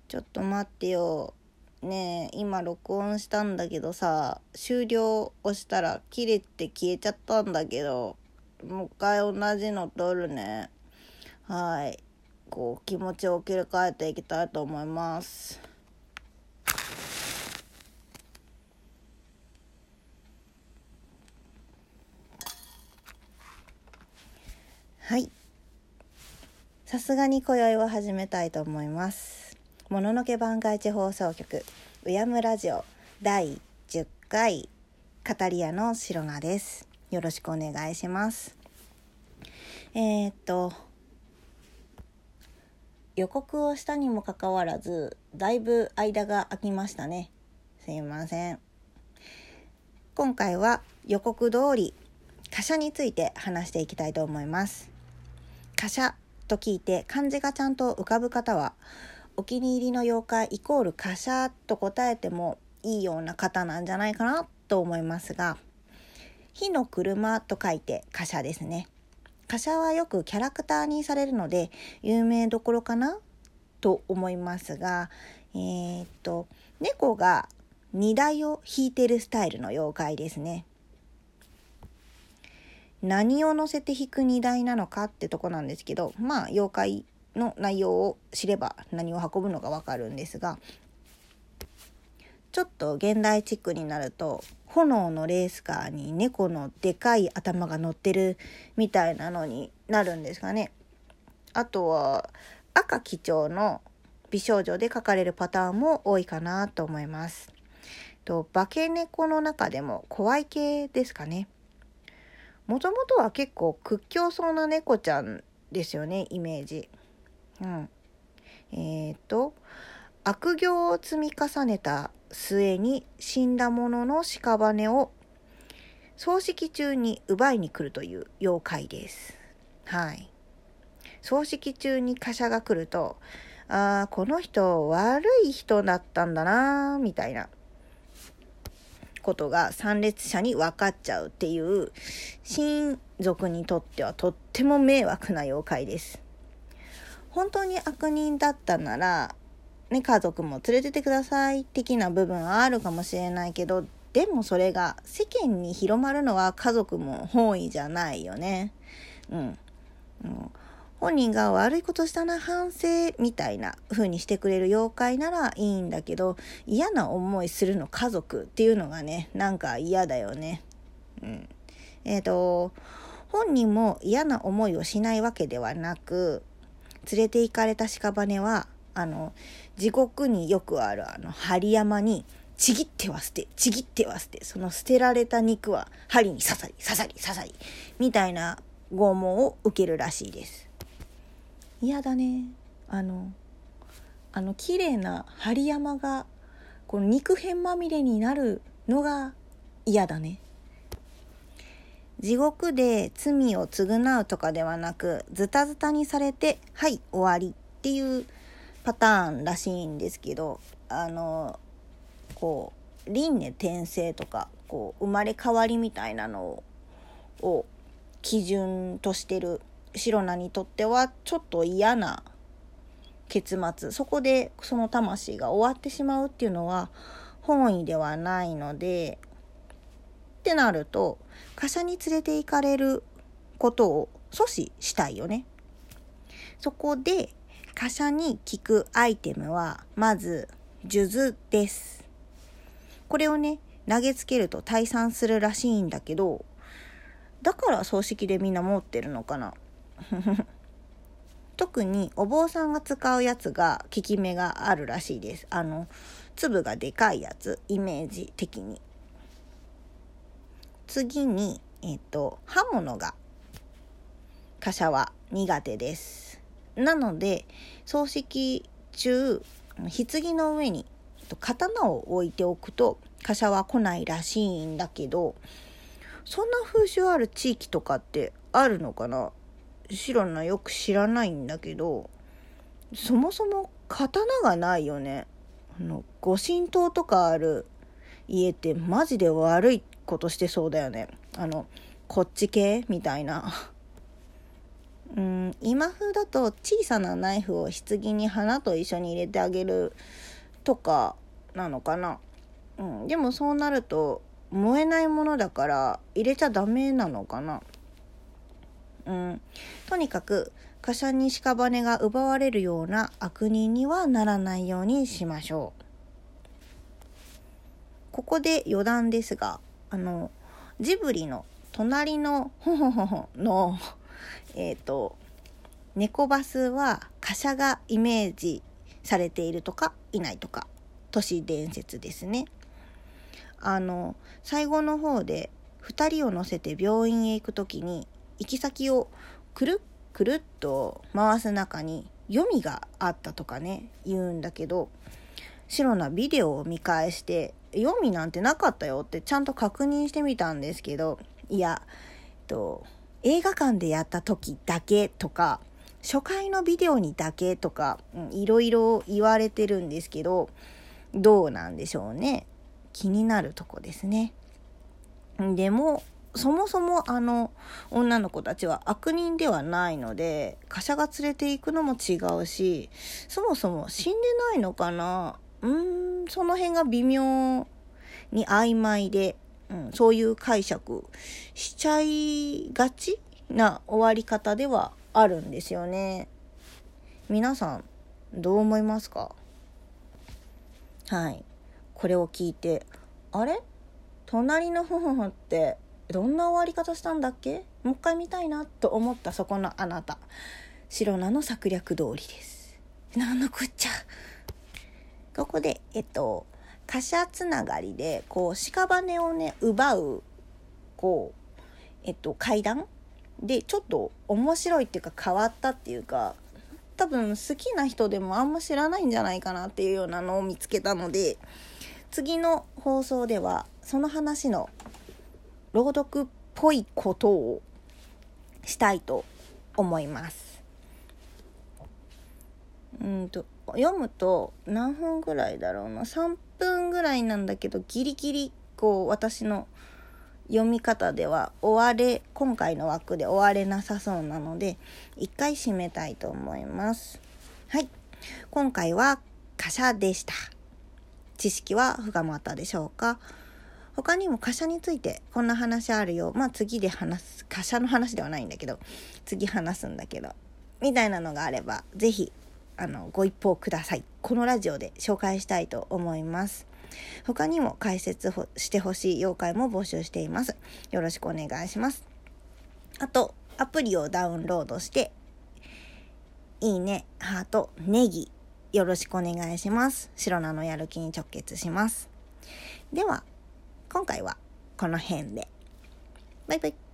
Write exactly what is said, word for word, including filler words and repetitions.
ちょっと待ってよ。ねえ、今録音したんだけどさ、終了押したら切れて消えちゃったんだけど、もう一回同じの撮るね。はい。こう気持ちを切り替えていきたいと思います。はい。さすがに今宵は始めたいと思います。もののけ番外地放送局うやむラジオだいじゅっかいカタリアのシロナです。よろしくお願いします。えー、っと予告をしたにもかかわらずだいぶ間が空きましたね。すいません。今回は予告通り貨車について話していきたいと思います。貨車と聞いて漢字がちゃんと浮かぶ方はお気に入りの妖怪イコール貨車と答えてもいいような方なんじゃないかなと思いますが、火の車と書いて貨車ですね。貨車はよくキャラクターにされるので有名どころかなと思いますが、えー、っと猫が荷台を引いてるスタイルの妖怪ですね。何を乗せて引く荷台なのかってとこなんですけど、まあ妖怪の内容を知れば何を運ぶのかわかるんですが、ちょっと現代チックになると炎のレースカーに猫のでかい頭が乗ってるみたいなのになるんですかね。あとは赤基調の美少女で描かれるパターンも多いかなと思います。と化け猫の中でも怖い系ですかね。もともとは結構屈強そうな猫ちゃんですよね、イメージ。うん、えっと悪行を積み重ねた末に死んだ者の屍を葬式中に奪いに来るという妖怪です。はい。葬式中に貨車が来ると、あーこの人悪い人だったんだなみたいなことが参列者に分かっちゃうっていう親族にとってはとっても迷惑な妖怪です。本当に悪人だったならね、家族も連れてってください的な部分はあるかもしれないけど、でもそれが世間に広まるのは家族も本意じゃないよね。うん、うん、本人が悪いことしたな反省みたいな風にしてくれる妖怪ならいいんだけど、嫌な思いするの家族っていうのがね、なんか嫌だよね。うん、えっと本人も嫌な思いをしないわけではなく、連れて行かれた屍はあの地獄によくあるあの針山にちぎっては捨てちぎっては捨て、その捨てられた肉は針に刺さり刺さり刺さりみたいな拷問を受けるらしいです。嫌だね。あのあの綺麗な針山がこの肉片まみれになるのが嫌だね。地獄で罪を償うとかではなく、ズタズタにされてはい終わりっていうパターンらしいんですけど、あのこう輪廻転生とかこう生まれ変わりみたいなのを、を基準としてるシロナにとってはちょっと嫌な結末、そこでその魂が終わってしまうっていうのは本意ではないので、ってなると貨車に連れて行かれることを阻止したいよね。そこで貨車に効くアイテムはまず数珠です。これをね投げつけると退散するらしいんだけど、だから葬式でみんな持ってるのかな特にお坊さんが使うやつが効き目があるらしいです。あの粒がでかいやつ、イメージ的に。次に、えっと、刃物が貨車は苦手です。なので葬式中棺の上に刀を置いておくと貨車は来ないらしいんだけど、そんな風習ある地域とかってあるのかな。シロナよく知らないんだけど、そもそも刀がないよね。あの御神刀とかある家ってマジで悪いことしてそうだよね。あのこっち系みたいなうん、今風だと小さなナイフを棺に花と一緒に入れてあげるとかなのかな、うん、でもそうなると燃えないものだから入れちゃダメなのかな、うん、とにかく貨車に屍が奪われるような悪人にはならないようにしましょう。ここで余談ですが、あのジブリの隣のほほほほのえっと猫バスは貨車がイメージされているとかいないとか、都市伝説ですね。あの最後の方でふたりを乗せて病院へ行くときに行き先をくるっくるっと回す中に読みがあったとかね言うんだけど、シロナビデオを見返して読みなんてなかったよってちゃんと確認してみたんですけど、いや、えっと、映画館でやった時だけとか初回のビデオにだけとか、うん、いろいろ言われてるんですけど、どうなんでしょうね。気になるとこですね。でもそもそもあの女の子たちは悪人ではないので、貨車が連れて行くのも違うし、そもそも死んでないのかな、うーんその辺が微妙に曖昧で、うん、そういう解釈しちゃいがちな終わり方ではあるんですよね。皆さんどう思いますか？はい、これを聞いて、あれ隣のふふふってどんな終わり方したんだっけ、もう一回見たいなと思ったそこのあなた、シロナの策略通りです。なんのこっちゃ。ここでえっと貨車つながりでこう屍をね奪うこうえっと階段でちょっと面白いっていうか変わったっていうか、多分好きな人でもあんま知らないんじゃないかなっていうようなのを見つけたので、次の放送ではその話の朗読っぽいことをしたいと思います。うんと読むと何分ぐらいだろうな、さんぷんぐらいなんだけど、ギリギリこう私の読み方では終われ今回の枠で終われなさそうなので一回締めたいと思います。はい、今回は貨車でした。知識は深まったでしょうか？他にも貨車についてこんな話あるよ、まあ次で話す、貨車の話ではないんだけど次話すんだけどみたいなのがあればぜひあのご一報ください。このラジオで紹介したいと思います。他にも解説してほしい妖怪も募集しています。よろしくお願いします。あとアプリをダウンロードしていいね、ハート、ネギよろしくお願いします。シロナのやる気に直結します。では今回はこの辺で。バイバイ。